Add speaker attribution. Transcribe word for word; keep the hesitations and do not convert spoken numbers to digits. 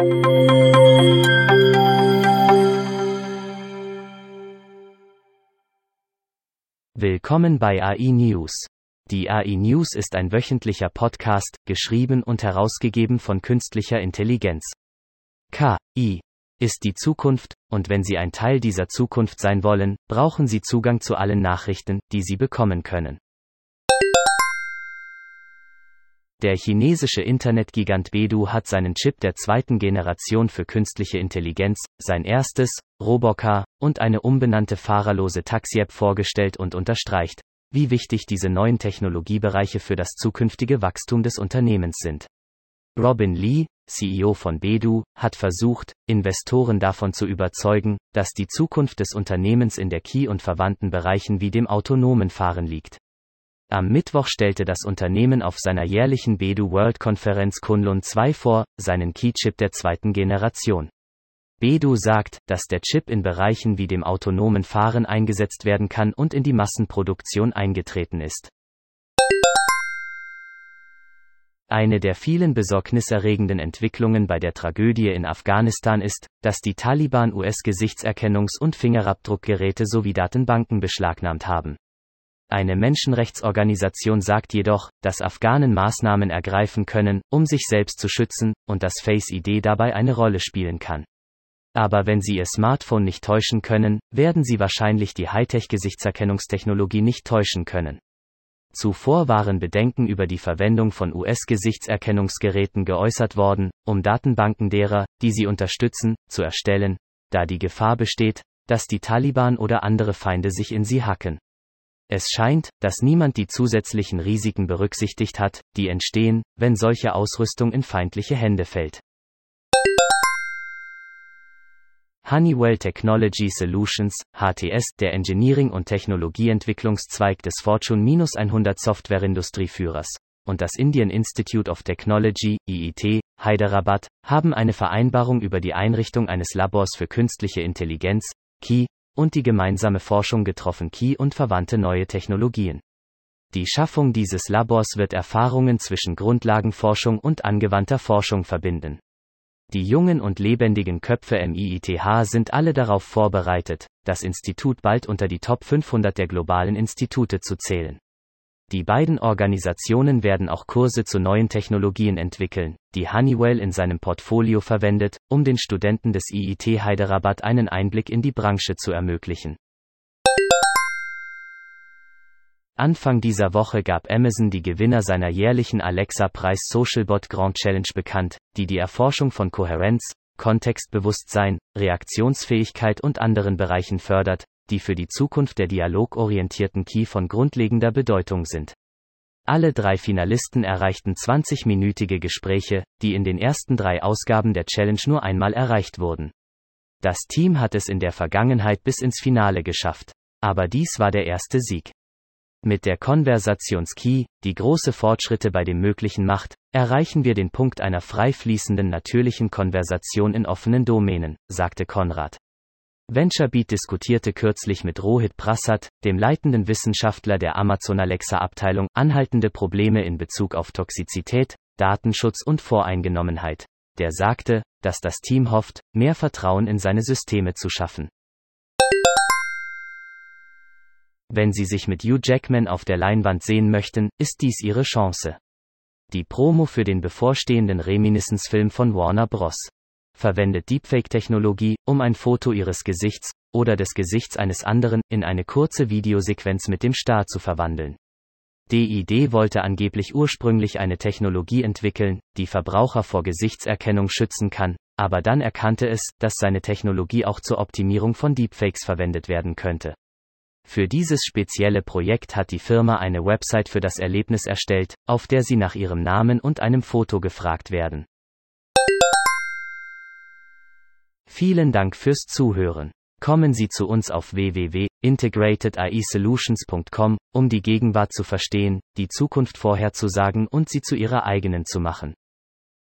Speaker 1: Willkommen bei A I News. Die A I News ist ein wöchentlicher Podcast, geschrieben und herausgegeben von künstlicher Intelligenz. K I ist die Zukunft, und wenn Sie ein Teil dieser Zukunft sein wollen, brauchen Sie Zugang zu allen Nachrichten, die Sie bekommen können. Der chinesische Internetgigant Baidu hat seinen Chip der zweiten Generation für künstliche Intelligenz, sein erstes, Robocar, und eine umbenannte fahrerlose Taxi-App vorgestellt und unterstreicht, wie wichtig diese neuen Technologiebereiche für das zukünftige Wachstum des Unternehmens sind. Robin Li, C E O von Baidu, hat versucht, Investoren davon zu überzeugen, dass die Zukunft des Unternehmens in der K I und verwandten Bereichen wie dem autonomen Fahren liegt. Am Mittwoch stellte das Unternehmen auf seiner jährlichen Baidu World-Konferenz Kunlun zwei vor, seinen Key-Chip der zweiten Generation. Baidu sagt, dass der Chip in Bereichen wie dem autonomen Fahren eingesetzt werden kann und in die Massenproduktion eingetreten ist. Eine der vielen besorgniserregenden Entwicklungen bei der Tragödie in Afghanistan ist, dass die Taliban U S-Gesichtserkennungs- und Fingerabdruckgeräte sowie Datenbanken beschlagnahmt haben. Eine Menschenrechtsorganisation sagt jedoch, dass Afghanen Maßnahmen ergreifen können, um sich selbst zu schützen, und dass Face I D dabei eine Rolle spielen kann. Aber wenn sie ihr Smartphone nicht täuschen können, werden sie wahrscheinlich die Hightech-Gesichtserkennungstechnologie nicht täuschen können. Zuvor waren Bedenken über die Verwendung von U S-Gesichtserkennungsgeräten geäußert worden, um Datenbanken derer, die sie unterstützen, zu erstellen, da die Gefahr besteht, dass die Taliban oder andere Feinde sich in sie hacken. Es scheint, dass niemand die zusätzlichen Risiken berücksichtigt hat, die entstehen, wenn solche Ausrüstung in feindliche Hände fällt. Honeywell Technology Solutions, H T S, der Engineering- und Technologieentwicklungszweig des Fortune hundert Softwareindustrieführers, und das Indian Institute of Technology, I I T, Hyderabad, haben eine Vereinbarung über die Einrichtung eines Labors für künstliche Intelligenz, K I, und die gemeinsame Forschung getroffen K I und verwandte neue Technologien. Die Schaffung dieses Labors wird Erfahrungen zwischen Grundlagenforschung und angewandter Forschung verbinden. Die jungen und lebendigen Köpfe im I I T H sind alle darauf vorbereitet, das Institut bald unter die Top fünfhundert der globalen Institute zu zählen. Die beiden Organisationen werden auch Kurse zu neuen Technologien entwickeln, die Honeywell in seinem Portfolio verwendet, um den Studenten des I I T Hyderabad einen Einblick in die Branche zu ermöglichen. Anfang dieser Woche gab Amazon die Gewinner seiner jährlichen Alexa-Preis SocialBot Grand Challenge bekannt, die die Erforschung von Kohärenz, Kontextbewusstsein, Reaktionsfähigkeit und anderen Bereichen fördert, die für die Zukunft der dialogorientierten K I von grundlegender Bedeutung sind. Alle drei Finalisten erreichten zwanzig-minütige Gespräche, die in den ersten drei Ausgaben der Challenge nur einmal erreicht wurden. Das Team hat es in der Vergangenheit bis ins Finale geschafft. Aber dies war der erste Sieg. Mit der Konversations-K I, die große Fortschritte bei dem Möglichen macht, erreichen wir den Punkt einer frei fließenden natürlichen Konversation in offenen Domänen, sagte Konrad. VentureBeat diskutierte kürzlich mit Rohit Prasad, dem leitenden Wissenschaftler der Amazon Alexa-Abteilung, anhaltende Probleme in Bezug auf Toxizität, Datenschutz und Voreingenommenheit. Der sagte, dass das Team hofft, mehr Vertrauen in seine Systeme zu schaffen. Wenn Sie sich mit Hugh Jackman auf der Leinwand sehen möchten, ist dies Ihre Chance. Die Promo für den bevorstehenden Reminiscence-Film von Warner Bros. Verwendet Deepfake-Technologie, um ein Foto Ihres Gesichts, oder des Gesichts eines anderen, in eine kurze Videosequenz mit dem Star zu verwandeln. D I D wollte angeblich ursprünglich eine Technologie entwickeln, die Verbraucher vor Gesichtserkennung schützen kann, aber dann erkannte es, dass seine Technologie auch zur Optimierung von Deepfakes verwendet werden könnte. Für dieses spezielle Projekt hat die Firma eine Website für das Erlebnis erstellt, auf der Sie nach Ihrem Namen und einem Foto gefragt werden. Vielen Dank fürs Zuhören. Kommen Sie zu uns auf w w w punkt integrated A I solutions punkt com, um die Gegenwart zu verstehen, die Zukunft vorherzusagen und sie zu Ihrer eigenen zu machen.